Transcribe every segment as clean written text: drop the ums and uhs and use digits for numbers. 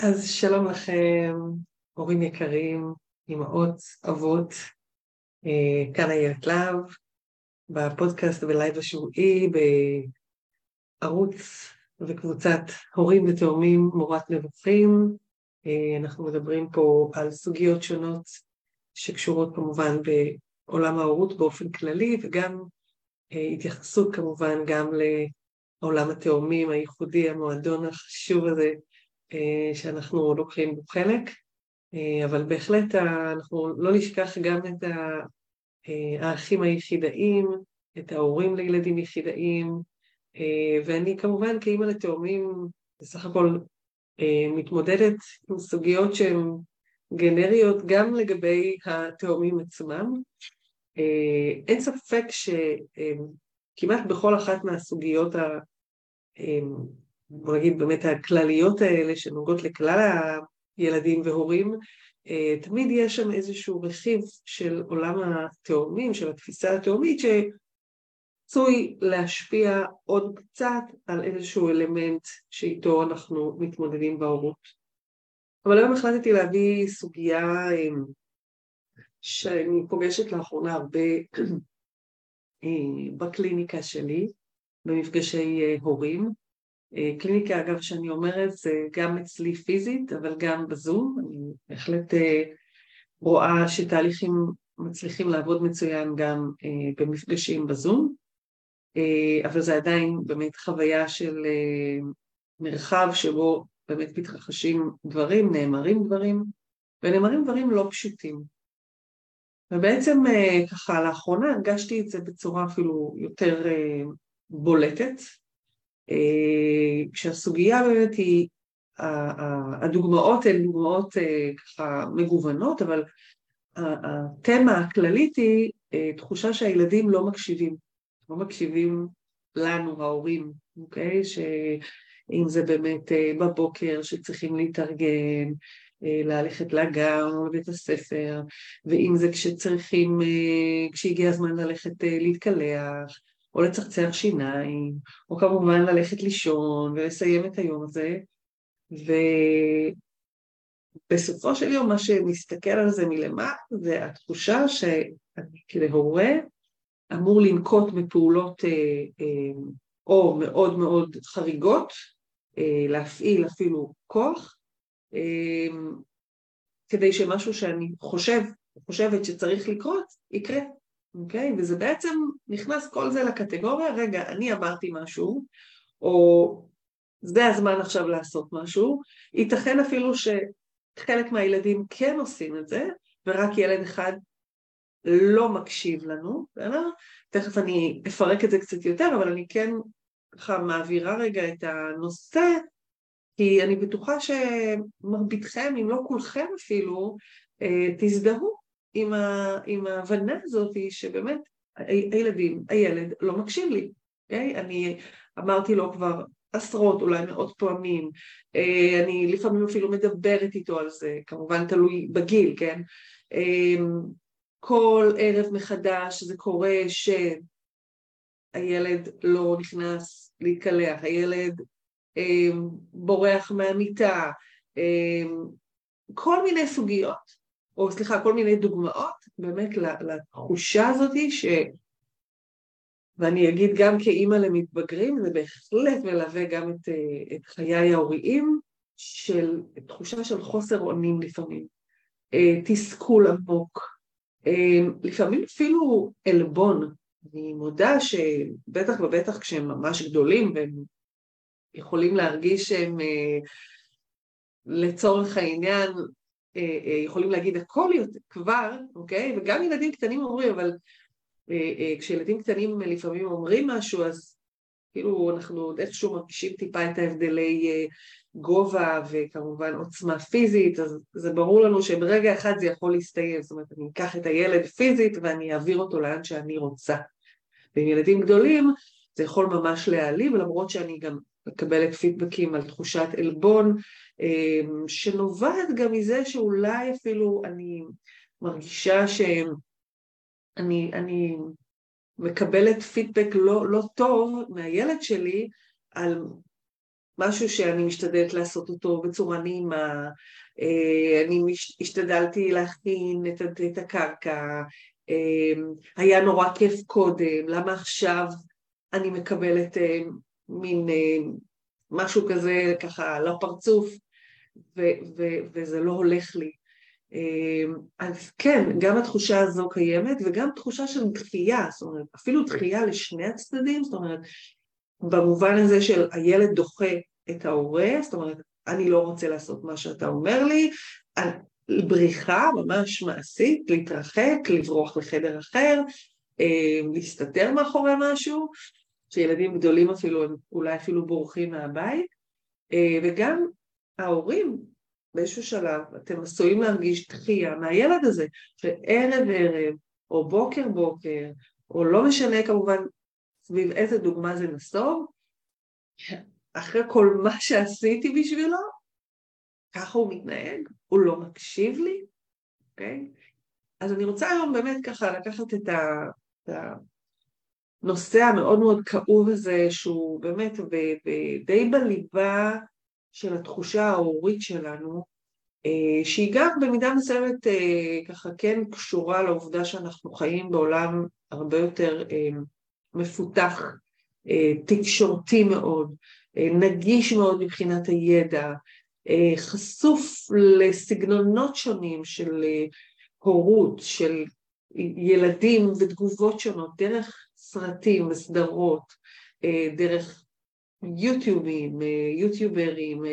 אז שלום לכם, הורים יקרים, אמהות, אבות, כאן איילת להב, בפודקאסט בלייב השבועי, בערוץ וקבוצת הורים ותאומים מורת נבוכים. אנחנו מדברים פה על סוגיות שונות שקשורות כמובן בעולם ההורות באופן כללי, וגם התייחסות כמובן גם לעולם התאומים הייחודי, המועדון החשוב הזה, שאנחנו לוקחים בו חלק, אבל בהחלט אנחנו לא נשכח גם את האחים היחידאים, את ההורים לילדים יחידאים, ואני כמובן כאמא לתאומים בסך הכל מתמודדת עם סוגיות שהן גנריות גם לגבי התאומים עצמם. אין ספק שכמעט בכל אחת מהסוגיות בוא נגיד באמת הכלליות האלה שנוגעות לכלל הילדים והורים, תמיד יש שם איזשהו רכיב של עולם התאומים, של התפיסה התאומית, שצוי להשפיע עוד קצת על איזשהו אלמנט שאיתו אנחנו מתמודדים בהורות. אבל היום החלטתי להביא סוגיה שאני פוגשת לאחרונה הרבה בקליניקה שלי, במפגשי הורים. קליניקה, אגב, שאני אומרת, זה גם אצלי פיזית, אבל גם בזום. אני בהחלט רואה שתהליכים מצליחים לעבוד מצוין גם במפגשים בזום, אבל זה עדיין באמת חוויה של מרחב שבו באמת מתרחשים דברים, נאמרים דברים, ונאמרים דברים לא פשוטים. ובעצם ככה לאחרונה הרגשתי את זה בצורה אפילו יותר בולטת, כשהסוגיה באמת היא, הדוגמאות הן דוגמאות ככה מגוונות, אבל התמה הכללית היא תחושה שהילדים לא מקשיבים לנו, ההורים, אוקיי? שאם זה באמת בבוקר שצריכים להתארגן, ללכת לגן או לבית הספר, ואם זה כשהגיע הזמן ללכת להתקלח, או לצחצח שיניים, או כמובן ללכת לישון ולסיים את היום הזה, ובסופו של יום מה שמסתכל על זה מלמעלה, זה התחושה שאני כהורה אמור לנקוט בפעולות או מאוד מאוד חריגות, להפעיל אפילו כוח, כדי שמשהו שאני חושבת שצריך לקרות, יקרה. אוקיי? וזה בעצם נכנס כל זה לקטגוריה, רגע, אני אמרתי משהו, או זה הזמן עכשיו לעשות משהו, ייתכן אפילו שחלק מהילדים כן עושים את זה, ורק ילד אחד לא מקשיב לנו, בסדר? תכף אני אפרק את זה קצת יותר, אבל אני כן ככה מעבירה רגע את הנושא, כי אני בטוחה שמרביתכם, אם לא כולכם אפילו, תזדהו עם ההבנה הזאת שבאמת הילד לא מקשיב לי. Okay? אני אמרתי לו כבר עשרות, אולי מאות פעמים, אני לפעמים אפילו מדברת איתו על זה, כמובן תלוי בגיל, כן? כל ערב מחדש זה קורה שהילד לא נכנס להתקלח, הילד בורח מהמיטה, כל מיני סוגיות, או סליחה, כל מיני דוגמאות, באמת לתחושה הזאת ואני אגיד גם כאימא למתבגרים, זה בהחלט מלווה גם את חיי ההוריים, של תחושה של חוסר אונים לפעמים, תסכול עמוק, לפעמים אפילו אלבון. אני מודה שבטח ובטח כשהם ממש גדולים, והם יכולים להרגיש שהם לצורך העניין, יכולים להגיד הכל יותר כבר, אוקיי? וגם ילדים קטנים אומרים, אבל כשילדים קטנים לפעמים אומרים משהו, אז כאילו אנחנו איכשהו מרגישים טיפה את ההבדלי גובה וכמובן עוצמה פיזית, אז זה ברור לנו שברגע אחד זה יכול להסתיים, זאת אומרת אני אקח את הילד פיזית ואני אעביר אותו לאן שאני רוצה. ועם ילדים גדולים זה יכול ממש להעליב, למרות שאני גם מקבלת פידבקים על תחושת אלבון, שנובעת גם מזה שאולי אפילו אני מרגישה שאני מקבלת פידבק לא טוב מהילד שלי על משהו שאני משתדלת לעשות אותו בצורה נעימה, אני השתדלתי להכין את הקרקע, היה נורא כיף קודם, למה עכשיו אני מקבלת מין משהו כזה ככה לפרצוף, וזה לא הולך לי. אז כן, גם התחושה הזו קיימת, וגם תחושה של דחייה, זאת אומרת, אפילו דחייה לשני הצדדים, זאת אומרת, במובן הזה של הילד דוחה את ההורה, זאת אומרת, אני לא רוצה לעשות מה שאתה אומר לי, בריחה ממש מעשית, להתרחק, לברוח לחדר אחר, להסתתר מאחורי משהו, שילדים גדולים אפילו, אולי אפילו בורחים מהבית, וגם ההורים, באיזשהו שלב, אתם עשויים להרגיש דחייה מהילד הזה, שערב ערב, או בוקר בוקר, או לא משנה כמובן סביב איזה דוגמה זה נסוב, אחרי כל מה שעשיתי בשבילו, ככה הוא מתנהג, הוא לא מקשיב לי, אוקיי? אז אני רוצה היום באמת ככה לקחת את הנושא המאוד מאוד כאוב הזה, שהוא באמת די בליבה של התחושה ההורית שלנו, שהיא גם במידה מסוימת ככה כן קשורה לעובדה שאנחנו חיים בעולם הרבה יותר מפותח, תקשורתי מאוד, נגיש מאוד מבחינת הידע, חשוף לסגנונות שונים של הורות, של ילדים ותגובות שונות, דרך סרטים וסדרות, דרך יוטיוברים,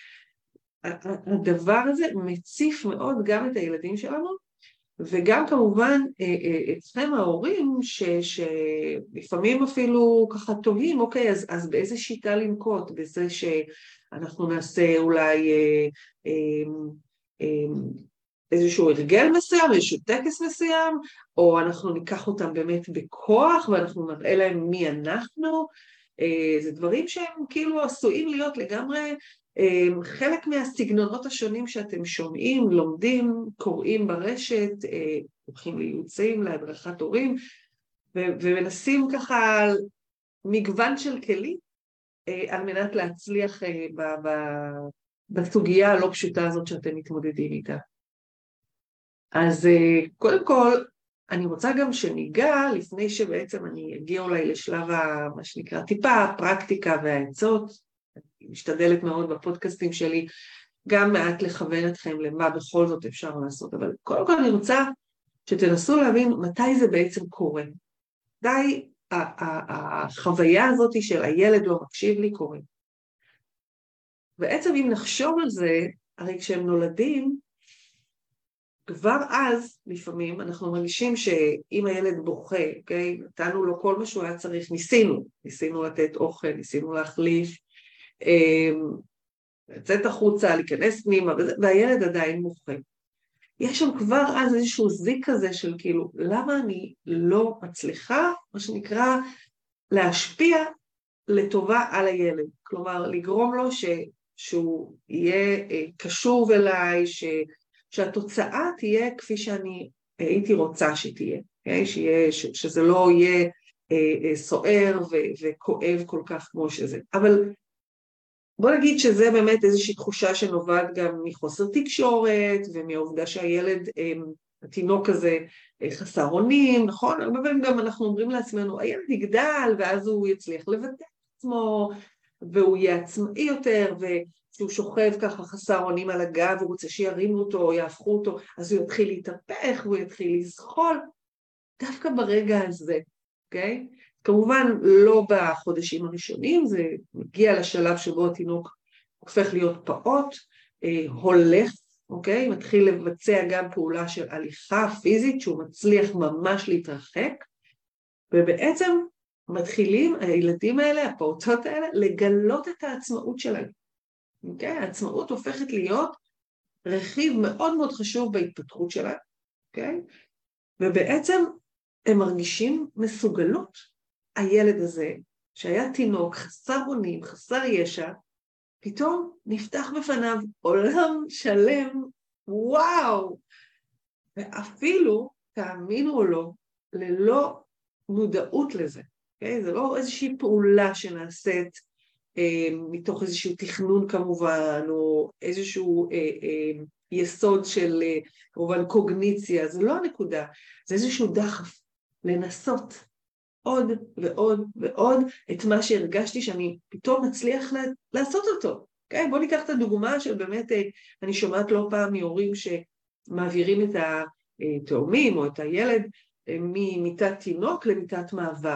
הדבר הזה מציף מאוד גם את הילדים שלנו, וגם כמובן אצלם ההורים שלפעמים אפילו ככה תוהים, אוקיי, אז באיזה שיטה לנקוט, בזה שאנחנו נעשה אולי איזשהו הרגל מסוים, איזשהו טקס מסוים, או אנחנו ניקח אותם באמת בכוח, ואנחנו נראה להם מי אנחנו, זה דברים שהם כאילו עשויים להיות לגמרי חלק מהסגנונות השונים שאתם שומעים, לומדים, קוראים ברשת, הולכים לייעוצים, להדרכת הורים, ומנסים ככה מגוון של כלים על מנת להצליח בסוגיה הלא פשוטה הזאת שאתם מתמודדים איתה. אז קודם כל, אני רוצה גם שניגע, לפני שבעצם אני אגיע אולי לשלב מה שנקרא טיפה, הפרקטיקה והעצות, אני משתדלת מאוד בפודקאסטים שלי, גם מעט לכוון אתכם למה בכל זאת אפשר לעשות, אבל קודם כל אני רוצה שתנסו להבין מתי זה בעצם קורה. מתי החוויה הזאת של הילד לא מקשיב לי קורה. בעצם אם נחשוב על זה, הרי כשהם נולדים, כבר אז לפעמים אנחנו מרגישים שאם הילד בוכה, אוקיי, נתנו לו כל מה שהוא היה צריך, ניסינו לתת אוכל, ניסינו להחליף, לצאת החוצה, להיכנס פנימה, והילד עדיין מוחה. יש שם כבר אז איזשהו זיק כזה של כאילו, למה אני לא מצליחה, מה שנקרא, להשפיע לטובה על הילד. כלומר, לגרום לו שהוא יהיה קשוב אליי, שהתוצאה תהיה כפי שאני הייתי רוצה שתהיה, שזה לא יהיה סוער וכואב כל כך כמו שזה. אבל בוא נגיד שזה באמת איזושהי תחושה שנובעת גם מחוסר תקשורת, ומהעובדה שהילד, התינוק הזה, חסר אונים, נכון? הרבה פעמים גם אנחנו אומרים לעצמנו, הילד יגדל, ואז הוא יצליח לבטא עצמו, והוא יהיה עצמאי יותר, שהוא שוכב ככה חסר אונים על הגב, הוא רוצה שירימו אותו או יהפכו אותו, אז הוא יתחיל להתהפך, הוא יתחיל לזחול, דווקא ברגע הזה, אוקיי? כמובן לא בחודשים הראשונים, זה מגיע לשלב שבו התינוק הופך להיות פעוט, הולך, אוקיי? מתחיל לבצע גם פעולה של הליכה פיזית, שהוא מצליח ממש להתרחק, ובעצם מתחילים הילדים האלה, הפעוטות האלה, לגלות את העצמאות שלהם. אוקיי? העצמאות הופכת להיות רכיב מאוד מאוד חשוב בהתפתחות שלהם, אוקיי? ובעצם הם מרגישים מסוגלות. הילד הזה, שהיה תינוק, חסר אונים, חסר ישע, פתאום נפתח בפניו עולם שלם, וואו! ואפילו, תאמינו או לא, ללא מודעות לזה, אוקיי? זה לא איזושהי פעולה שנעשית מתוך איזשהו תכנון כמובן, או איזשהו יסוד של כמובן קוגניציה, זה לא הנקודה, זה איזשהו דחף לנסות עוד ועוד ועוד את מה שהרגשתי שאני פתאום מצליח לעשות אותו. Okay? בואו ניקח את הדוגמה של באמת, אני שומעת לא פעם מהורים שמעבירים את התאומים או את הילד ממיטת תינוק למיטת מעבר.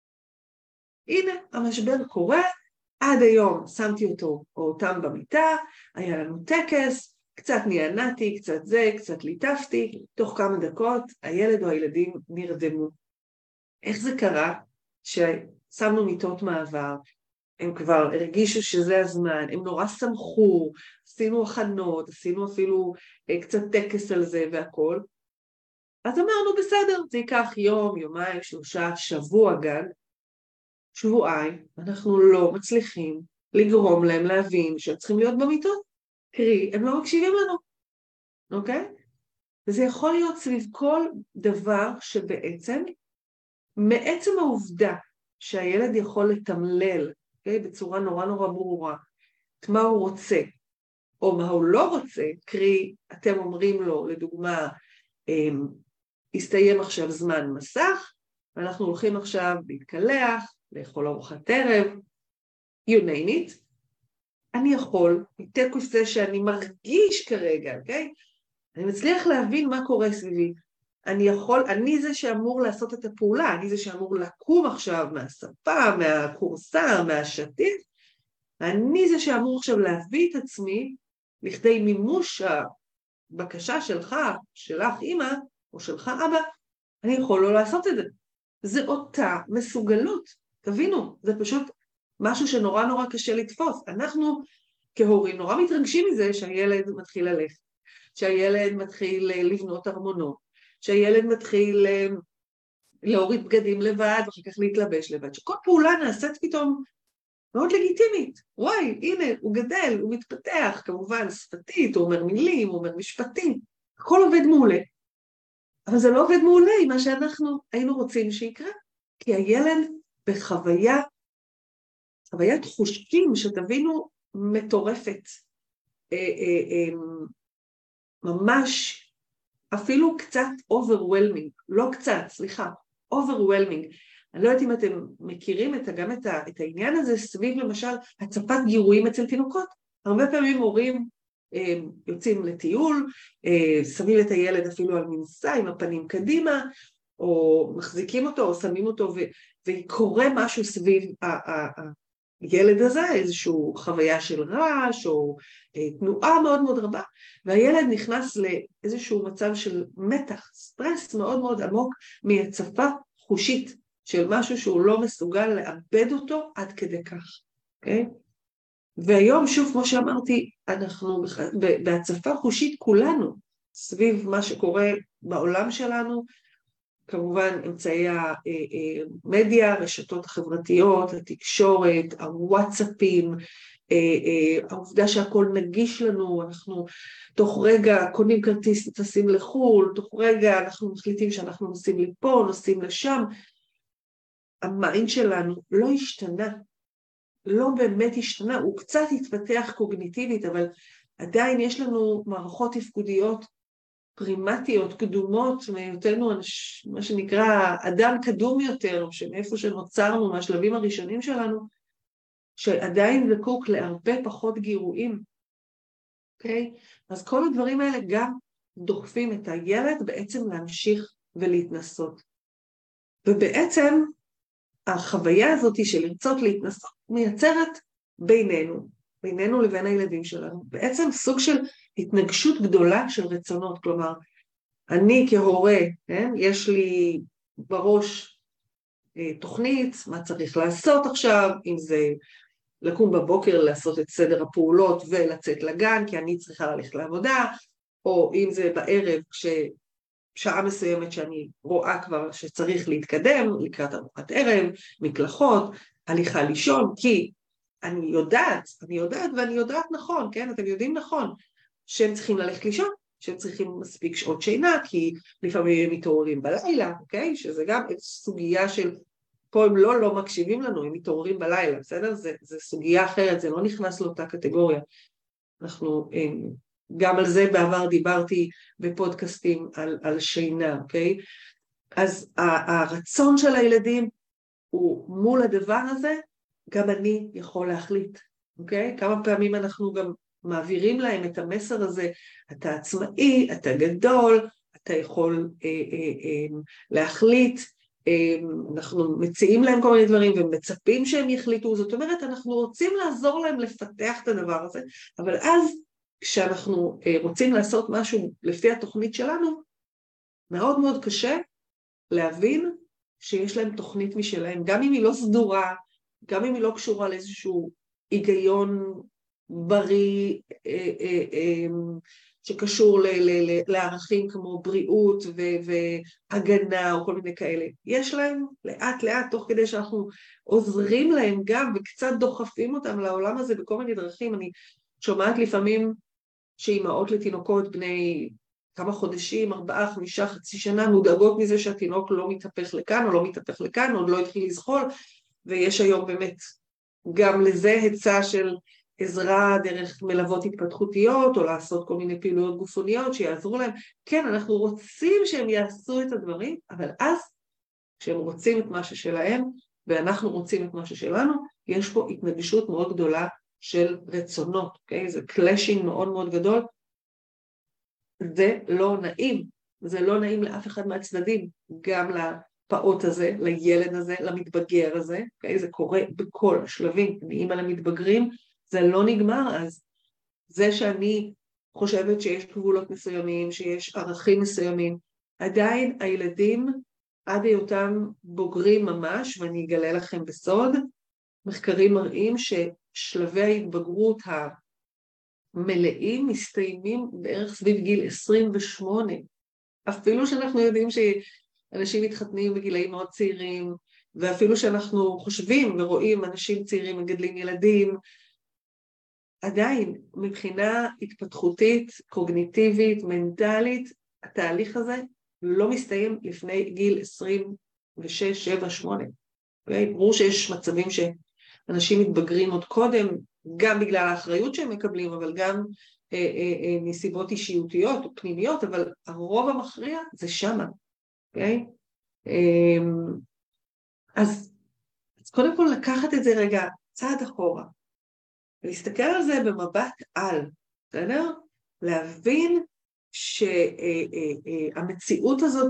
הנה, המשבר קורה, עד היום שמתי אותו או אותם במיטה, היה לנו טקס, קצת נענתי, קצת זה, קצת ליטפתי, תוך כמה דקות הילד או הילדים נרדמו. איך זה קרה? ששמנו מיטות מעבר, הם כבר הרגישו שזה הזמן, הם נורא שמחו, עשינו הכנות, עשינו אפילו קצת טקס על זה והכל. אז אמרנו בסדר, זה ייקח יום, יומיים, 3, שבוע גג, שבועיים, אנחנו לא מצליחים לגרום להם להבין שהם צריכים להיות במיטות, קרי, הם לא מקשיבים לנו, אוקיי? וזה יכול להיות סביב כל דבר שבעצם, מעצם העובדה שהילד יכול לתמלל, אוקיי? בצורה נורא נורא ברורה, את מה הוא רוצה, או מה הוא לא רוצה, קרי, אתם אומרים לו, לדוגמה, הסתיים עכשיו זמן מסך, ואנחנו הולכים עכשיו להתקלח, לאכול ארוחת ערב, you name it, אני יכול, מתוקף זה שאני מרגיש כרגע, אוקיי? אני מצליח להבין מה קורה סביבי. אני זה שאמור לעשות את הפעולה, אני זה שאמור לקום עכשיו מהספה, מהקורסה, מהשטיח, אני זה שאמור עכשיו להביא את עצמי לכדי מימוש הבקשה שלך, שלך אמא, או שלך אבא, אני יכול לא לעשות את זה. זה אותה מסוגלות, תבינו, זה פשוט משהו שנורא נורא קשה לתפוס. אנחנו כהורים נורא מתרגשים מזה שהילד מתחיל ללכת, שהילד מתחיל לבנות ארמונות, שהילד מתחיל להוריד בגדים לבד ואחר כך להתלבש לבד, שכל פעולה נעשית פתאום מאוד לגיטימית. וואי, הנה, הוא גדל, הוא מתפתח, כמובן שפתית, הוא אומר מילים, הוא אומר משפטים, הכל עובד מעולה. אבל זה לא עובד מעולה עם מה שאנחנו היינו רוצים שיקרה, כי הילד בחוויית חושים שתבינו מטורפת, ממש אפילו קצת overwhelming, לא קצת, סליחה, overwhelming. אני לא יודעת אם אתם מכירים גם את העניין הזה סביב למשל הצפת גירויים אצל תינוקות. הרבה פעמים הורים יוצאים לטיול, שמים את הילד אפילו על מנסה עם הפנים קדימה, או מחזיקים אותו או שמים אותו וקורה משהו סביב הילד הזה, איזושהי חוויה של רעש או תנועה מאוד מאוד רבה, והילד נכנס לאיזשהו מצב של מתח, סטרס מאוד מאוד עמוק מהצפה חושית של משהו שהוא לא מסוגל לאבד אותו עד כדי כך, אוקיי? והיום שוב כמו שאמרתי, אנחנו בהצפה חושית כולנו, סביב מה שקורה בעולם שלנו, כמובן אמצעי המדיה, הרשתות החברתיות, התקשורת, הוואטסאפים, העובדה שהכל נגיש לנו, אנחנו תוך רגע קונים כרטיס טסים לחול, תוך רגע אנחנו מחליטים שאנחנו נוסעים לפה, נוסעים לשם, המיינד שלנו לא השתנה, לא באמת השתנה, הוא קצת התפתח קוגניטיבית, אבל עדיין יש לנו מערכות תפקודיות פרימטיות, קדומות, מהיותנו מה שנקרא אדם קדום יותר, שמאיפה שנוצרנו, מהשלבים הראשונים שלנו, שעדיין זקוק להרבה פחות גירויים. אוקיי? אז כל הדברים האלה גם דוחפים את הילד בעצם להמשיך ולהתנסות. ובעצם החוויה הזאת של לרצות להתנסות מייצרת בינינו לבין הילדים שלנו, בעצם סוג של התנגשות גדולה של רצונות, כלומר, אני כהורה, יש לי בראש תוכנית, מה צריך לעשות עכשיו, אם זה לקום בבוקר לעשות את סדר הפעולות ולצאת לגן, כי אני צריכה ללכת לעבודה, או אם זה בערב כששעה מסוימת שאני רואה כבר שצריך להתקדם, לקראת ארוחת ערב, מקלחות, הליכה לישון, כי אני יודעת ואני יודעת נכון, כן? אתם יודעים נכון, שהם צריכים ללכת לישון, שהם צריכים מספיק שעות שינה, כי לפעמים הם מתעוררים בלילה, אוקיי? שזה גם סוגיה של פה הם לא מקשיבים לנו, הם מתעוררים בלילה, בסדר? זה סוגיה אחרת, זה לא נכנס לאותה קטגוריה. אנחנו, גם על זה בעבר דיברתי בפודקאסטים על שינה, אוקיי? אז הרצון של הילדים הוא מול הדבר הזה, גם אני יכול להחליט, אוקיי? כמה פעמים אנחנו גם מעבירים להם את המסר הזה, אתה עצמאי, אתה גדול, אתה יכול להחליט, אנחנו מציעים להם כל מיני דברים ומצפים שהם יחליטו, זאת אומרת אנחנו רוצים לעזור להם לפתח את הדבר הזה, אבל אז כשאנחנו רוצים לעשות משהו לפי התוכנית שלנו, מאוד מאוד קשה להבין שיש להם תוכנית משלהם, גם אם היא לא סדורה, גם אם היא לא קשורה לאיזשהו היגיון בריא, שקשור לערכים כמו בריאות והגנה או כל מיני כאלה. יש להם לאט לאט, תוך כדי שאנחנו עוזרים להם גם וקצת דוחפים אותם לעולם הזה בכל מיני דרכים. אני שומעת לפעמים שאימהות לתינוקות בני כמה חודשים, 4, 5, חצי שנה, מודאגות מזה שהתינוק לא מתהפך לכאן או לא מתהפך לכאן, עוד לא התחיל לזחול, ויש היום באמת גם לזה היצע של עזרה דרך מלוות התפתחותיות, או לעשות כל מיני פעילויות גופניות שיעזרו להם. כן, אנחנו רוצים שהם יעשו את הדברים, אבל אז, כשהם רוצים את מה ששלהם, ואנחנו רוצים את מה ששלנו, יש פה התנגשות מאוד גדולה של רצונות, אוקיי? זה קלאשינג מאוד מאוד גדול. זה לא נעים, זה לא נעים לאף אחד מהצדדים, גם לפעוט הזה, לילד הזה, למתבגר הזה, אוקיי? זה קורה בכל השלבים, אם על המתבגרים, זה לא נגמר, אז זה שאני חושבת שיש גבולות מסוימים, שיש ערכים מסוימים, עדיין הילדים עד היותם בוגרים ממש, ואני אגלה לכם בסוד, מחקרים מראים ששלבי ההתבגרות המלאים מסתיימים בערך סביב גיל 28, אפילו שאנחנו יודעים שאנשים מתחתנים בגילאים מאוד צעירים, ואפילו שאנחנו חושבים ורואים אנשים צעירים מגדלים ילדים, עדיין, מבחינה התפתחותית, קוגניטיבית, מנטלית, התהליך הזה לא מסתיים לפני גיל 26, 7, 8. ברור שיש מצבים שאנשים מתבגרים עוד קודם, גם בגלל האחריות שהם מקבלים, אבל גם מסיבות אישיותיות או פנימיות, אבל הרוב המכריע זה שמה. אז קודם כל לקחת את זה רגע צעד אחורה, ולהסתכל על זה במבט על, בסדר? להבין שהמציאות הזאת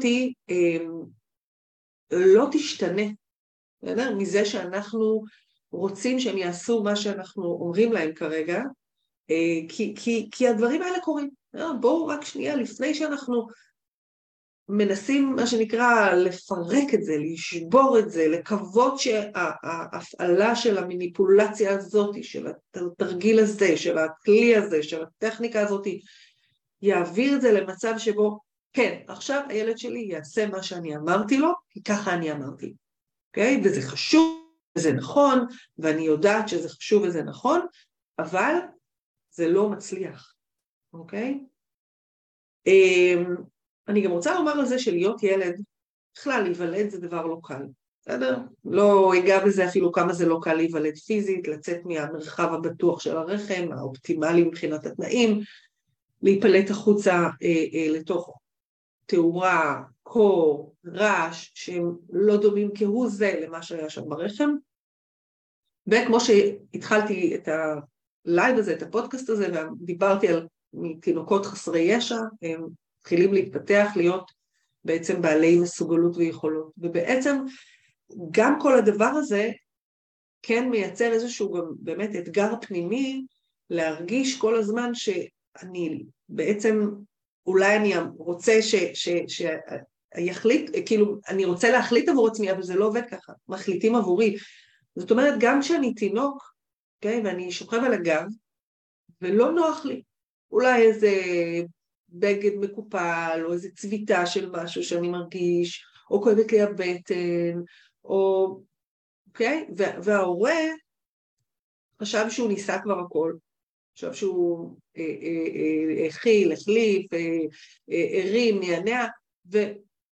לא תשתנה, בסדר? מזה שאנחנו רוצים שהם יעשו מה שאנחנו אומרים להם כרגע, כי הדברים האלה קורים. בואו רק שנייה, לפני שאנחנו מנסים מה שנקרא לפרק את זה, לשבור את זה, לקוות שההפעלה של המניפולציה הזאת, של התרגיל הזה, של הכלי הזה, של הטכניקה הזאת, יעביר את זה למצב שבו, כן, עכשיו הילד שלי יעשה מה שאני אמרתי לו, כי ככה אני אמרתי. אוקיי? וזה חשוב, וזה נכון, ואני יודעת שזה חשוב וזה נכון, אבל זה לא מצליח. אוקיי? אני גם רוצה לומר על זה שלהיות ילד, בכלל להיוולד זה דבר לא קל, בסדר? לא אגע בזה אפילו כמה זה לא קל להיוולד פיזית, לצאת מהמרחב הבטוח של הרחם, האופטימלי מבחינת התנאים, להיפלט החוצה לתוך תאורה, קור, רעש, שהם לא דומים כהוא זה למה שהיה שם ברחם. וכמו שהתחלתי את הלייב הזה, את הפודקאסט הזה, ודיברתי על תינוקות חסרי ישע, הם מתחילים להתפתח, להיות בעצם בעלי מסוגלות ויכולות. ובעצם גם כל הדבר הזה כן מייצר איזשהו גם באמת אתגר פנימי, להרגיש כל הזמן שאני בעצם, אולי אני רוצה שיחליט, כאילו אני רוצה להחליט עבור עצמי, אבל זה לא עובד ככה, מחליטים עבורי. זאת אומרת, גם כשאני תינוק, okay, ואני שוכב על הגב, ולא נוח לי, אולי איזה בגד מקופל, או איזה צביטה של משהו שאני מרגיש, או כואבת לי הבטן, או, אוקיי? וההורה חשב שהוא ניסה כבר הכל, חשב שהוא הכיל, החליף, הרים, נענע,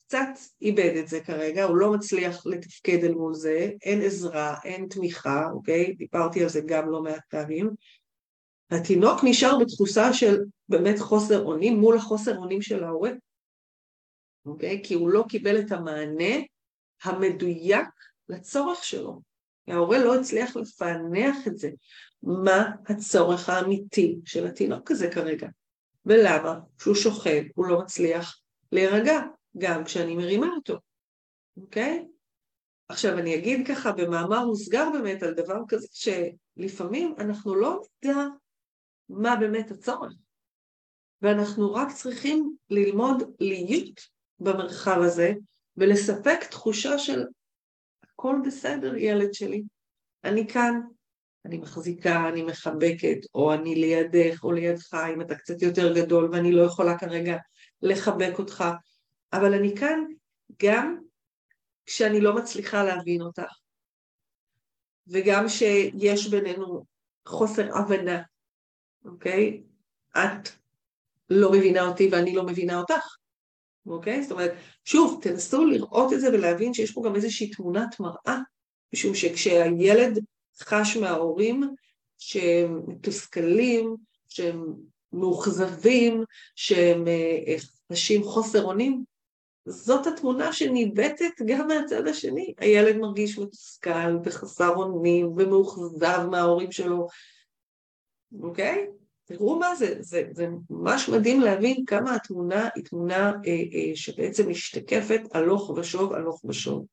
קצת איבד את זה כרגע, הוא לא מצליח לתפקד אל מול זה, אין עזרה, אין תמיכה, אוקיי? דיברתי על זה גם לא מעט פעמים. התינוק נשאר בתחושה של באמת חוסר אונים מול החוסר אונים של ההורה, אוקיי? כי הוא לא קיבל את המענה המדויק לצורך שלו. ההורה לא הצליח לפענח את זה. מה הצורך האמיתי של התינוק הזה כרגע? ולמה? כשהוא שוכב, הוא לא מצליח להירגע, גם כשאני מרימה אותו. אוקיי? עכשיו אני אגיד ככה במאמר מוסגר באמת על דבר כזה, שלפעמים אנחנו לא נדע מה באמת הצורך. ואנחנו רק צריכים ללמוד להיות במרחב הזה, ולספק תחושה של הכל בסדר ילד שלי. אני כאן, אני מחזיקה, אני מחבקת, או אני לידך או לידך, אם אתה קצת יותר גדול ואני לא יכולה כרגע לחבק אותך, אבל אני כאן גם כשאני לא מצליחה להבין אותך, וגם שיש בינינו חוסר הבנה, אוקיי? את לא מבינה אותי ואני לא מבינה אותך, אוקיי? זאת אומרת, שוב, תנסו לראות את זה ולהבין שיש פה גם איזושהי תמונת מראה, משום שכשהילד חש מההורים שהם מתוסכלים, שהם מאוכזבים, שהם חשים חוסר אונים, זאת התמונה שניבטת גם מהצד השני. הילד מרגיש מתוסכל וחסר אונים ומאוכזב מההורים שלו, אוקיי? תראו מה זה, זה ממש מדהים להבין כמה התמונה היא תמונה שבעצם משתקפת הלוך ושוב, הלוך ושוב.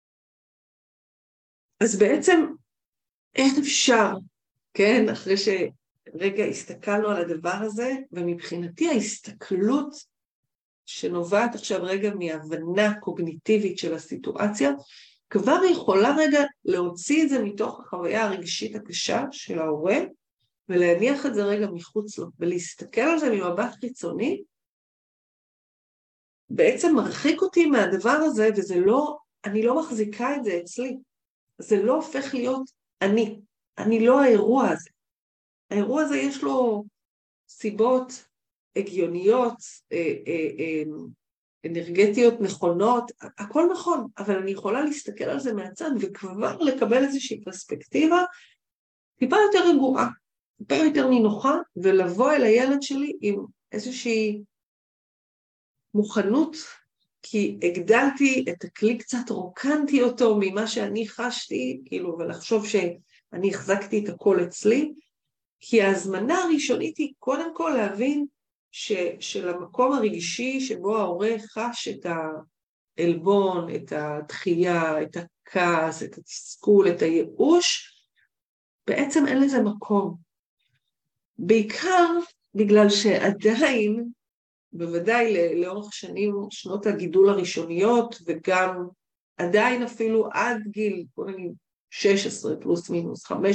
אז בעצם איך אפשר, כן, אחרי שרגע הסתכלנו על הדבר הזה, ומבחינתי ההסתכלות שנובעת עכשיו רגע מהבנה קוגניטיבית של הסיטואציה, כבר יכולה רגע להוציא את זה מתוך החוויה הרגשית הקשה של ההורה, ולהניח את זה רגע מחוץ לו, ולהסתכל על זה ממבט חיצוני, בעצם מרחיק אותי מהדבר הזה, וזה לא, אני לא מחזיקה את זה אצלי, זה לא הופך להיות אני לא האירוע הזה. האירוע הזה יש לו סיבות הגיוניות, אנרגטיות נכונות, הכל נכון, אבל אני יכולה להסתכל על זה מהצד, וכבר לקבל איזושהי פרספקטיבה, טיפה יותר רגועה, טיפה יותר נינוחה, ולבוא אל הילד שלי עם איזושהי מוכנות, כי הגדלתי את הכלי קצת, רוקנתי אותו ממה שאני חשתי, כאילו, ולחשוב שאני החזקתי את הכל אצלי, כי ההזמנה הראשונית היא קודם כל להבין של המקום הרגשי שבו ההורה חש את העלבון, את הדחייה, את הכעס, את התסכול, את הייאוש, בעצם אין לזה מקום. בעיקר בגלל שעדיין, בוודאי לאורך שנות הגידול הראשוניות, וגם עדיין אפילו עד גיל, בוא נגיד, 16 פלוס מינוס, 15-16,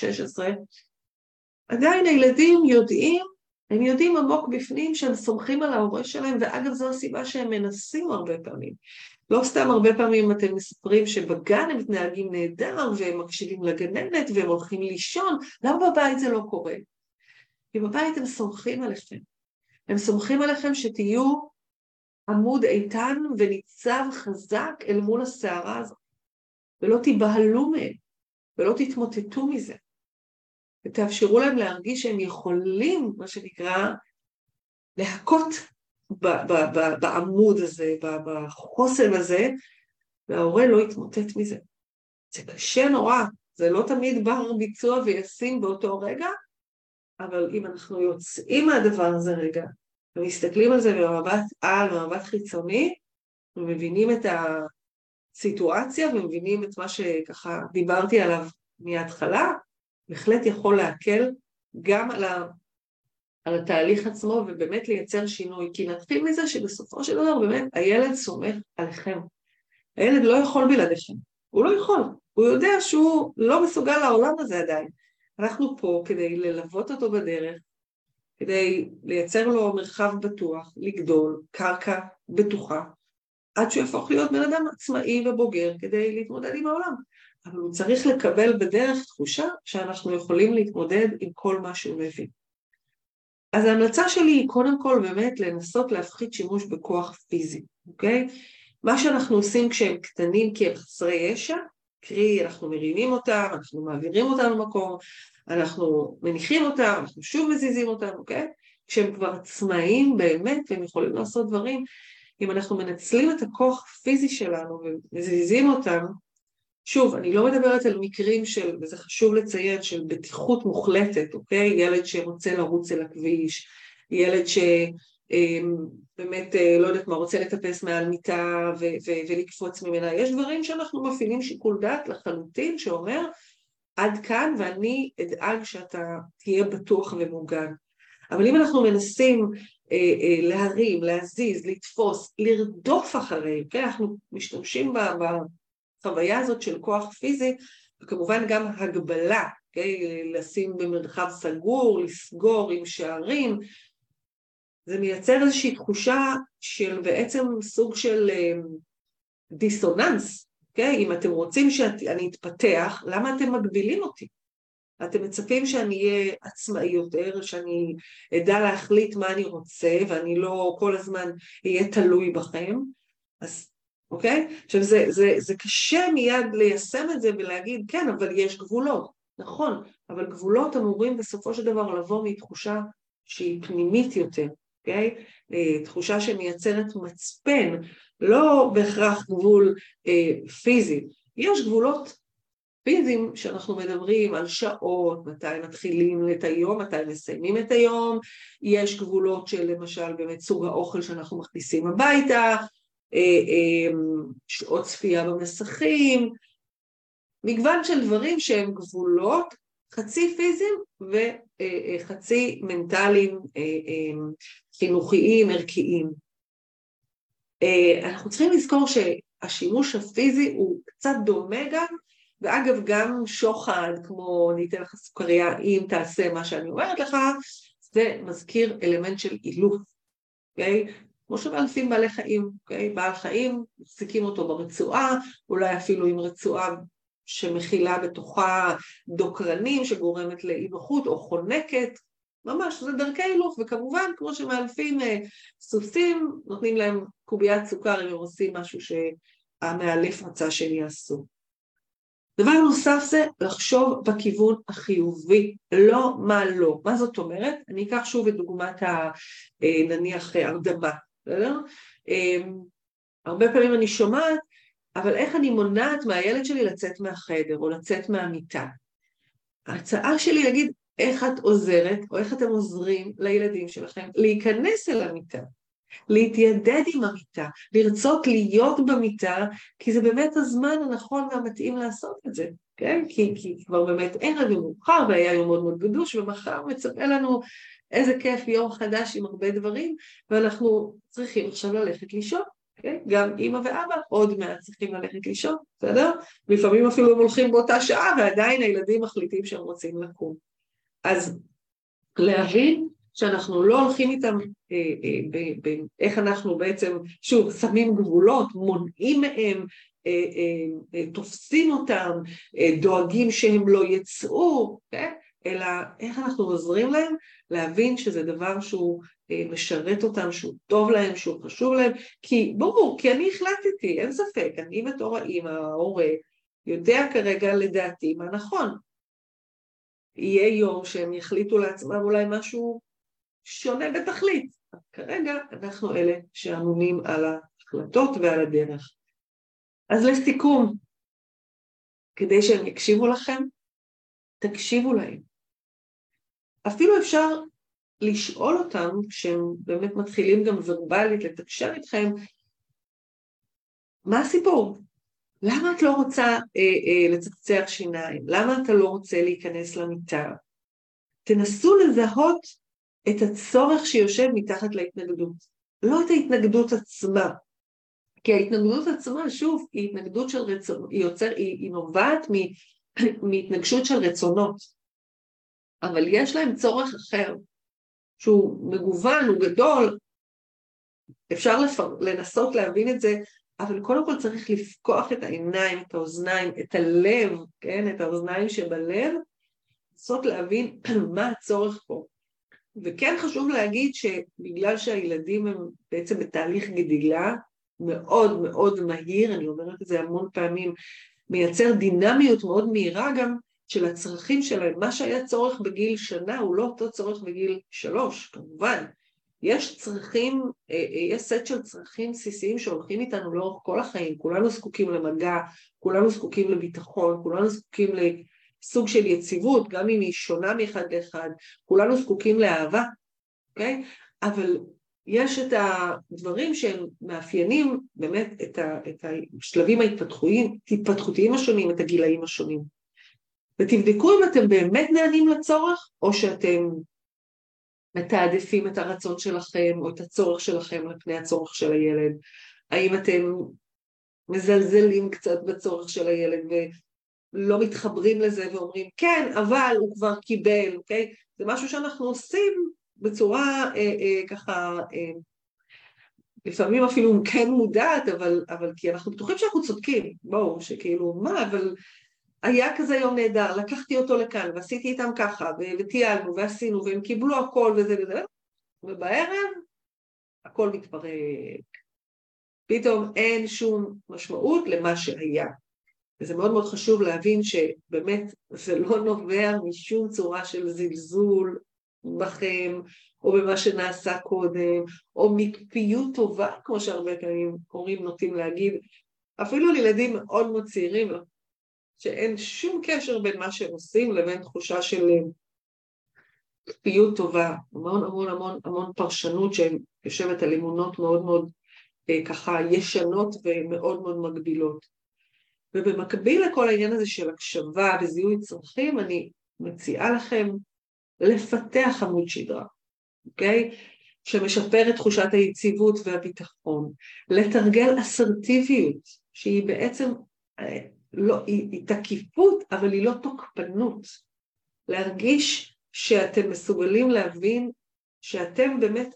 עדיין הילדים יודעים, הם יודעים עמוק בפנים שהם סומכים על ההורה שלהם, ואגב זו הסיבה שהם מנסים הרבה פעמים. לא סתם הרבה פעמים אתם מספרים שבגן הם מתנהגים נהדר, והם מקשיבים לגננת, והם הולכים לישון, למה בבית זה לא קורה? כי בבית הם סומכים עליכם. הם סומכים עליכם שתהיו עמוד איתן וניצב חזק אל מול הסערה הזאת, ולא תיבהלו מהם, ולא תתמוטטו מזה. ותאפשרו להם להרגיש שהם יכולים, מה שנקרא, להכות בעמוד הזה, בחוסן הזה, וההורה לא יתמוטט מזה. זה קשה נורא, זה לא תמיד בר ביצוע וישים באותו רגע, אבל אם אנחנו יוצאים מהדבר הזה רגע, ומסתכלים על זה במבט על, במבט חיצוני, ומבינים את הסיטואציה, ומבינים את מה שככה דיברתי עליו מההתחלה, בהחלט יכול להקל גם על התהליך עצמו, ובאמת לייצר שינוי, כי נתחיל מזה שבסופו של דבר באמת הילד סומך עליכם. הילד לא יכול בלעדיכם, הוא לא יכול, הוא יודע שהוא לא מסוגל לעולם הזה עדיין. אנחנו פה כדי ללוות אותו בדרך, כדי לייצר לו מרחב בטוח, לגדול, קרקע בטוחה, עד שהוא יהפוך להיות בן אדם עצמאי ובוגר כדי להתמודד עם העולם. אבל הוא צריך לקבל בדרך תחושה שאנחנו יכולים להתמודד עם כל מה שהוא מביא. אז ההמלצה שלי היא קודם כל באמת לנסות להפחית שימוש בכוח פיזי, אוקיי? מה שאנחנו עושים כשהם קטנים כי הם חסרי ישע, קרי אנחנו מרימים אותם, אנחנו מעבירים אותם למקום, אנחנו מניחים אותם, אנחנו שוב מזיזים אותם, אוקיי? כשהם כבר עצמאיים באמת והם יכולים לעשות דברים, אם אנחנו מנצלים את הכוח הפיזי שלנו ומזיזים אותם, שוב, אני לא מדברת על מקרים של, וזה חשוב לציין, של בטיחות מוחלטת, אוקיי? ילד שרוצה לרוץ אל הכביש, ילד שבאמת, לא יודעת מה, רוצה לטפס מעל מיטה ולקפוץ ממנה. יש דברים שאנחנו מפעילים שיקול דעת לחלוטין, שאומר, עד כאן ואני אדאג שאתה תהיה בטוח ומוגן. אבל אם אנחנו מנסים להרים, להזיז, לתפוס, לרדוף אחרי, אוקיי? אנחנו משתמשים בחוויה הזאת של כוח פיזי, וכמובן גם הגבלה, אוקיי? לשים במרחב סגור, לסגור עם שערים, זה מייצר איזושהי תחושה של בעצם סוג של דיסוננס, אוקיי? אם אתם רוצים שאני אתפתח, למה אתם מגבילים אותי? אתם מצפים שאני אהיה עצמאי יותר, שאני אדע להחליט מה אני רוצה, ואני לא כל הזמן אהיה תלוי בכם, אז אוקיי? עכשיו זה קשה מיד ליישם את זה ולהגיד, כן, אבל יש גבולות, נכון, אבל גבולות אמורים בסופו של דבר לבוא מתחושה שהיא פנימית יותר, אוקיי? תחושה שמייצרת מצפן, לא בהכרח גבול פיזי, יש גבולות פיזיים שאנחנו מדברים על שעות, מתי מתחילים את היום, מתי מסיימים את היום, יש גבולות של למשל באמת סוג האוכל שאנחנו מכניסים הביתה, שעות צפייה במסכים, מגוון של דברים שהם גבולות חצי פיזיים וחצי מנטליים, חינוכיים, ערכיים. אנחנו צריכים לזכור שהשימוש הפיזי הוא קצת דומה גם, ואגב גם שוחד, כמו ניתן לך סוכריה אם תעשה מה שאני אומרת לך, זה מזכיר אלמנט של אילוף, אוקיי? כמו שמאלפים בעלי חיים, אוקיי? בעל חיים, מחזיקים אותו ברצועה, אולי אפילו עם רצועה שמכילה בתוכה דוקרנים שגורמת לאי נוחות או חונקת, ממש, זה דרכי אילוף, וכמובן כמו שמאלפים סוסים, נותנים להם קוביית סוכר אם הם עושים משהו שהמאלף רצה שהם יעשו. דבר נוסף זה לחשוב בכיוון החיובי, לא מה לא. מה זאת אומרת? אני אקח שוב את דוגמת נניח הרדמה, בסדר? הרבה פעמים אני שומעת, אבל איך אני מונעת מהילד שלי לצאת מהחדר או לצאת מהמיטה? ההצעה שלי להגיד איך את עוזרת או איך אתם עוזרים לילדים שלכם להיכנס אל המיטה. להתיידד עם המיטה, לרצות להיות במיטה, כי זה באמת הזמן הנכון והמתאים לעשות את זה, כן? כי כבר באמת ערב ומאוחר, והיה יום מאוד מאוד גדוש, ומחר מצפה לנו איזה כיף יום חדש עם הרבה דברים, ואנחנו צריכים עכשיו ללכת לישון, כן? גם אמא ואבא עוד מעט צריכים ללכת לישון, בסדר? לפעמים אפילו הם הולכים באותה שעה, ועדיין הילדים מחליטים שהם רוצים לקום. אז להבין שאנחנו לא הולכים איתם, איך אנחנו בעצם, שוב, שמים גבולות, מונעים מהם, תופסים אותם, דואגים שהם לא יצאו, אלא איך אנחנו עוזרים להם להבין שזה דבר שהוא משרת אותם, שהוא טוב להם, שהוא חשוב להם, כי ברור, כי אני החלטתי, אין ספק, אני בתור האמא, ההורה, יודע כרגע לדעתי מה נכון. יהיה יום שהם יחליטו לעצמם אולי משהו שונה בתכלית. כרגע אנחנו אלה שאמונים על ההחלטות ועל הדרך. אז לסיכום, כדי שהם יקשיבו לכם, תקשיבו להם. אפילו אפשר לשאול אותם, כשהם באמת מתחילים גם ורבלית לתקשר איתכם, מה הסיפור? למה את לא רוצה לצקצח שיניים? למה אתה לא רוצה להיכנס למיטה? תנסו לזהות את הצורך שיושב מתחת להתנגדות, לא את ההתנגדות עצמה. כי ההתנגדות עצמה, שוב, היא התנגדות של רצונות, היא נובעת מהתנגשות של רצונות. אבל יש להם צורך אחר, שהוא מגוון, הוא גדול, אפשר לנסות להבין את זה, אבל קודם כל צריך לפקוח את העיניים, את האוזניים, את הלב, כן? את האוזניים שבלב, לנסות להבין מה הצורך פה. וכן חשוב להגיד שבגלל שהילדים הם בעצם בתהליך גדילה, מאוד מאוד מהיר, אני אומרת את זה המון פעמים, מייצר דינמיות מאוד מהירה גם של הצרכים שלהם. מה שהיה צורך בגיל שנה הוא לא אותו צורך בגיל 3, כמובן. יש צרכים, יש סט של צרכים בסיסיים שהולכים איתנו לאורך כל החיים, כולנו זקוקים למגע, כולנו זקוקים לביטחון, כולנו זקוקים לסוג של יציבות, גם אם היא שונה מאחד לאחד, כולנו זקוקים לאהבה, אוקיי? אבל יש את הדברים שהם מאפיינים באמת את השלבים ההתפתחותיים השונים, את הגילאים השונים. ותבדקו אם אתם באמת נענים לצורך, או שאתם מתעדפים את הרצון שלכם, או את הצורך שלכם לפני הצורך של הילד. האם אתם מזלזלים קצת בצורך של הילד, ולא מתחברים לזה ואומרים, כן, אבל הוא כבר קיבל, אוקיי? זה משהו שאנחנו עושים בצורה ככה, לפעמים אפילו כן מודעת, אבל כי אנחנו בטוחים שאנחנו צודקים, בואו, שכאילו, מה, אבל היה כזה יום נהדר, לקחתי אותו לכאן, ועשיתי איתם ככה, וטיילנו, ועשינו, והם קיבלו הכל וזה וזה, ובערב, הכל מתפרק. פתאום אין שום משמעות למה שהיה. וזה מאוד מאוד חשוב להבין שבאמת זה לא נובע משום צורה של זלזול בכם, או במה שנעשה קודם, או מקפיות טובה, כמו שהרבה פעמים הורים נוטים להגיד, אפילו לילדים מאוד מאוד צעירים, שאין שום קשר בין מה שהם עושים לבין תחושה של קפיות טובה, המון המון המון המון פרשנות שיושבת על אמונות מאוד מאוד ככה ישנות ומאוד מאוד מגבילות. ובמקביל לכל העניין הזה של הקשבה וזיהוי צרכים, אני מציעה לכם לפתח עמוד שדרה, אוקיי? שמשפר את תחושת היציבות והביטחון, לתרגל אסרטיביות, שהיא בעצם לא, היא תקיפות, אבל היא לא תוקפנות. להרגיש שאתם מסוגלים להבין שאתם באמת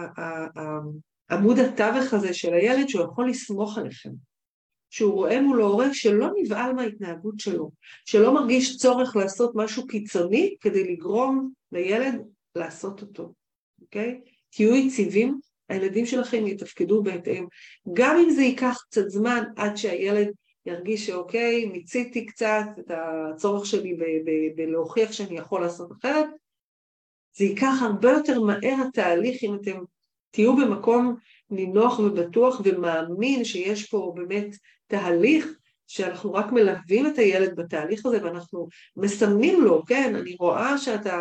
עמוד התווך הזה של הילד, שהוא יכול לסמוך עליכם. שהוא רואה מולו הורה שלא נבעל מההתנהגות שלו, שלא מרגיש צורך לעשות משהו קיצוני כדי לגרום לילד לעשות אותו. אוקיי? תהיו יציבים, הילדים שלכם יתפקדו בהתאם. גם אם זה ייקח קצת זמן עד שהילד ירגיש שאוקיי, מיציתי קצת את הצורך שלי בלהוכיח שאני יכול לעשות אחרת, זה ייקח הרבה יותר מהר התהליך אם אתם תהיו במקום נינוח ובטוח ומאמין שיש פה באמת תהליך שאנחנו רק מלווים את הילד בתהליך הזה ואנחנו מסמנים לו, כן, אני רואה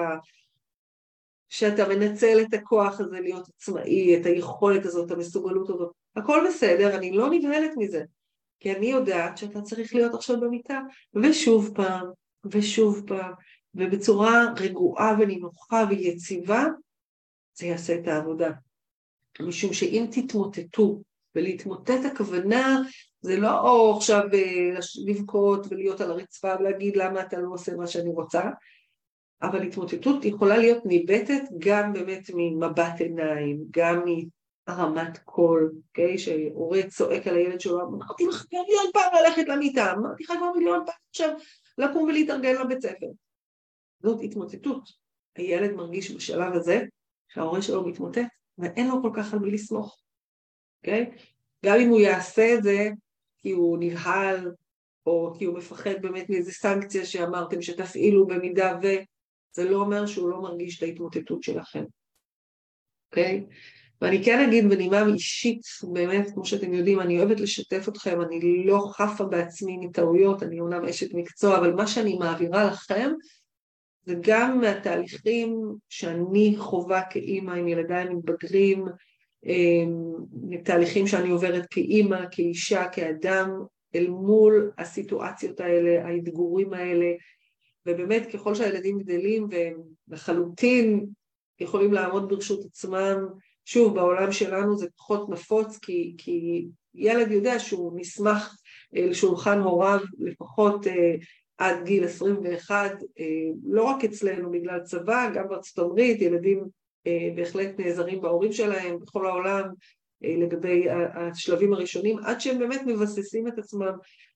שאתה מנצל את הכוח הזה להיות עצמאי, את היכולת הזאת, המסוגלות הזאת, הכל בסדר, אני לא נבהלת מזה, כי אני יודעת שאתה צריך להיות עכשיו במיטה, ושוב פעם, ושוב פעם, ובצורה רגועה ונינוחה ויציבה, זה יעשה את העבודה. משום שאם תתמוטטו, ולהתמוטט הכוונה, זה לא עכשיו לבכות ולהיות על הרצפה ולהגיד למה אתה לא עושה מה שאני רוצה, אבל התמוטטות יכולה להיות ניבטת גם באמת ממבט עיניים, גם מהרמת קול, okay? שהורה צועק על הילד שלו, אמרתי לך מיליון פעם ללכת למיטה, אמרתי לך כבר מיליון פעם עכשיו לקום ולהתארגן לבית ספר. זאת התמוטטות. הילד מרגיש בשלב הזה שההורה שלו מתמוטט, ואין לו כל כך על מי לסמוך. Okay? גם אם הוא יעשה את זה כי הוא נבהל, או כי הוא מפחד באמת מאיזה סנקציה שאמרתם שתפעילו במידה זה לא אומר שהוא לא מרגיש את ההתמוטטות שלכם. אוקיי? ואני כן אגיד בנימה אישית, באמת, כמו שאתם יודעים, אני אוהבת לשתף אתכם, אני לא חפה בעצמי מטעויות, אני אומנם אשת מקצוע, אבל מה שאני מעבירה לכם, זה גם מהתהליכים שאני חובה כאימא עם ילדיי מתבגרים, תהליכים שאני עוברת כאימא, כאישה, כאדם, אל מול הסיטואציות האלה, האתגורים האלה, ובאמת ככל שהילדים גדלים והם לחלוטין יכולים לעמוד ברשות עצמם, שוב בעולם שלנו זה פחות נפוץ כי ילד יודע שהוא נשמח לשולחן הוריו לפחות עד גיל 21, לא רק אצלנו בגלל צבא, גם בארצות הברית ילדים בהחלט נעזרים בהורים שלהם בכל העולם לגבי השלבים הראשונים, עד שהם באמת מבססים את עצמם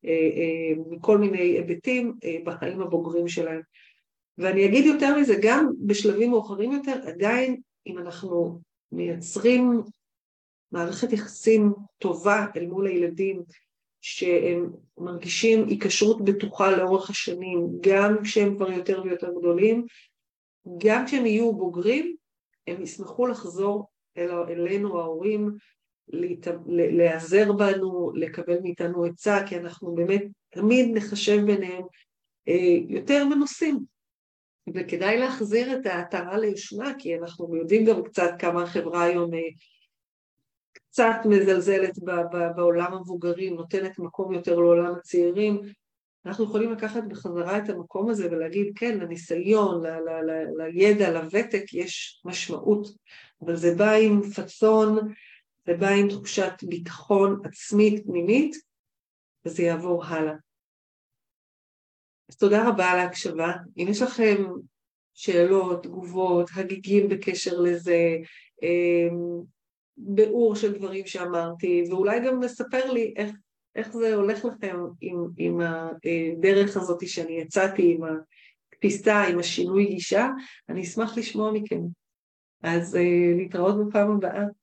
מכל מיני היבטים בחיים הבוגרים שלהם. ואני אגיד יותר מזה, גם בשלבים מאוחרים יותר, עדיין אם אנחנו מייצרים מערכת יחסים טובה אל מול הילדים, שהם מרגישים היקשרות בטוחה לאורך השנים, גם כשהם כבר יותר ויותר גדולים, גם כשהם יהיו בוגרים, הם ישמחו לחזור אלינו ההורים, להיעזר בנו, לקבל מאיתנו עצה, כי אנחנו באמת תמיד נחשב ביניהם יותר מנוסים. וכדאי להחזיר את העטרה ליושנה, כי אנחנו יודעים גם קצת כמה החברה היום קצת מזלזלת בעולם המבוגרים, נותנת מקום יותר לעולם הצעירים. אנחנו יכולים לקחת בחזרה את המקום הזה ולהגיד, כן, לניסיון, לידע, לוותק, יש משמעות, אבל זה בא עם פצון, זה בא עם תחושת ביטחון עצמית פנימית, וזה יעבור הלאה. אז תודה רבה על ההקשבה. אם יש לכם שאלות, תגובות, הגיגים בקשר לזה, ביאור של דברים שאמרתי, ואולי גם לספר לי איך זה הולך לכם עם הדרך הזאת שאני יצאתי, עם התפיסה, עם השינוי גישה, אני אשמח לשמוע מכם. אז להתראות בפעם הבאה.